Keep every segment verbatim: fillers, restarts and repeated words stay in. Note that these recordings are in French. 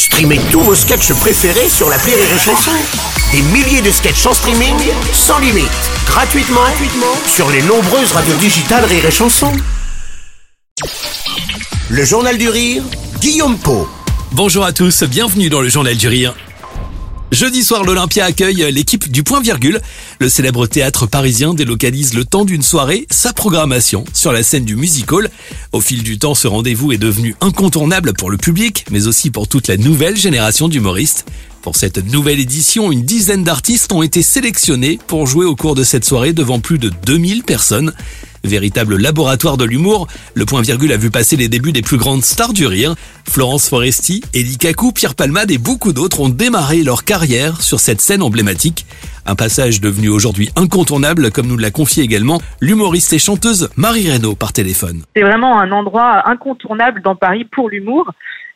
Streamez tous vos sketchs préférés sur l'appli Rire et Chanson. Des milliers de sketchs en streaming, sans limite, gratuitement, gratuitement sur les nombreuses radios digitales Rire et Chanson. Le Journal du Rire, Guillaume Pau. Bonjour à tous, bienvenue dans le Journal du Rire. Jeudi soir, l'Olympia accueille l'équipe du Point Virgule. Le célèbre théâtre parisien délocalise le temps d'une soirée sa programmation sur la scène du Music Hall. Au fil du temps, ce rendez-vous est devenu incontournable pour le public, mais aussi pour toute la nouvelle génération d'humoristes. Pour cette nouvelle édition, une dizaine d'artistes ont été sélectionnés pour jouer au cours de cette soirée devant plus de deux mille personnes. Véritable laboratoire de l'humour, le Point Virgule a vu passer les débuts des plus grandes stars du rire. Florence Foresti, Elie Kakou, Pierre Palmade et beaucoup d'autres ont démarré leur carrière sur cette scène emblématique. Un passage devenu aujourd'hui incontournable, comme nous l'a confié également l'humoriste et chanteuse Marie Reynaud par téléphone. C'est vraiment un endroit incontournable dans Paris pour l'humour.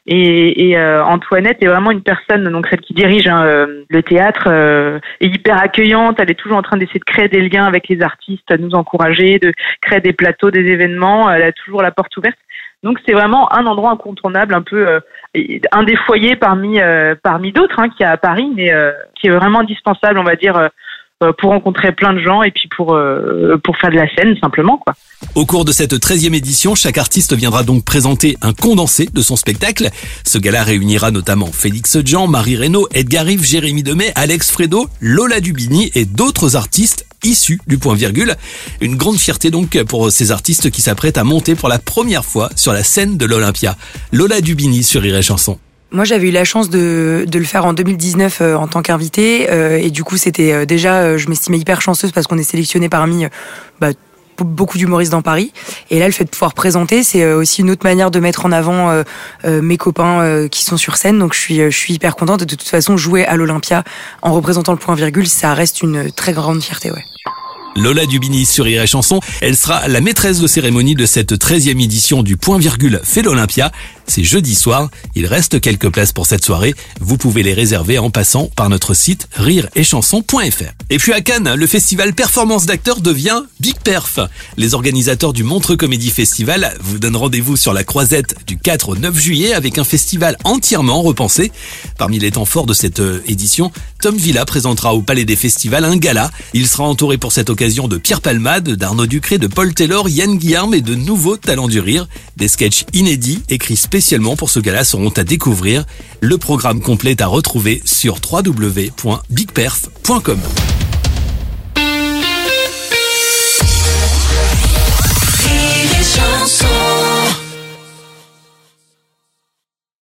Et, et euh, Antoinette est vraiment une personne, donc celle qui dirige hein, euh, le théâtre, euh, est hyper accueillante. Elle est toujours en train d'essayer de créer des liens avec les artistes, de nous encourager, de créer des plateaux, des événements. Elle a toujours la porte ouverte. Donc c'est vraiment un endroit incontournable, un peu euh, un des foyers parmi euh, parmi d'autres hein, qu'il y a à Paris, mais euh, qui est vraiment indispensable, on va dire, euh, pour rencontrer plein de gens et puis pour euh, pour faire de la scène simplement quoi. Au cours de cette treizième édition, chaque artiste viendra donc présenter un condensé de son spectacle. Ce gala réunira notamment Félix Jean, Marie Reynaud, Edgar Rive, Jérémy Demey, Alex Fredo, Lola Dubini et d'autres artistes issus du Point Virgule. Une grande fierté donc pour ces artistes qui s'apprêtent à monter pour la première fois sur la scène de l'Olympia. Lola Dubini sur Rire et Chanson. Moi, j'avais eu la chance de, de le faire en deux mille dix-neuf euh, en tant qu'invité euh, et du coup, c'était euh, déjà, euh, je m'estimais hyper chanceuse parce qu'on est sélectionné parmi euh, bah, beaucoup d'humoristes dans Paris. Et là, le fait de pouvoir présenter, c'est euh, aussi une autre manière de mettre en avant euh, euh, mes copains euh, qui sont sur scène. Donc, je suis, euh, je suis hyper contente. De toute façon, jouer à l'Olympia en représentant le Point Virgule, ça reste une très grande fierté, ouais. Lola Dubini sur Rire et Chanson. Elle sera la maîtresse de cérémonie de cette treizième édition du Point Virgule fait l'Olympia. C'est jeudi soir. Il reste quelques places pour cette soirée. Vous pouvez les réserver en passant par notre site rire et chanson point f r. Et puis à Cannes, le festival Performance d'acteurs devient Big Perf. Les organisateurs du Montreux Comédie Festival vous donnent rendez-vous sur la Croisette du quatre au neuf juillet avec un festival entièrement repensé. Parmi les temps forts de cette édition, Tom Villa présentera au Palais des Festivals un gala. Il sera entouré pour cette occasion de Pierre Palmade, d'Arnaud Ducré, de Paul Taylor, Yann Guillarme et de nouveaux talents du rire. Des sketchs inédits écrits spécialement pour ce gala seront à découvrir. Le programme complet à retrouver sur w w w point big perf point com.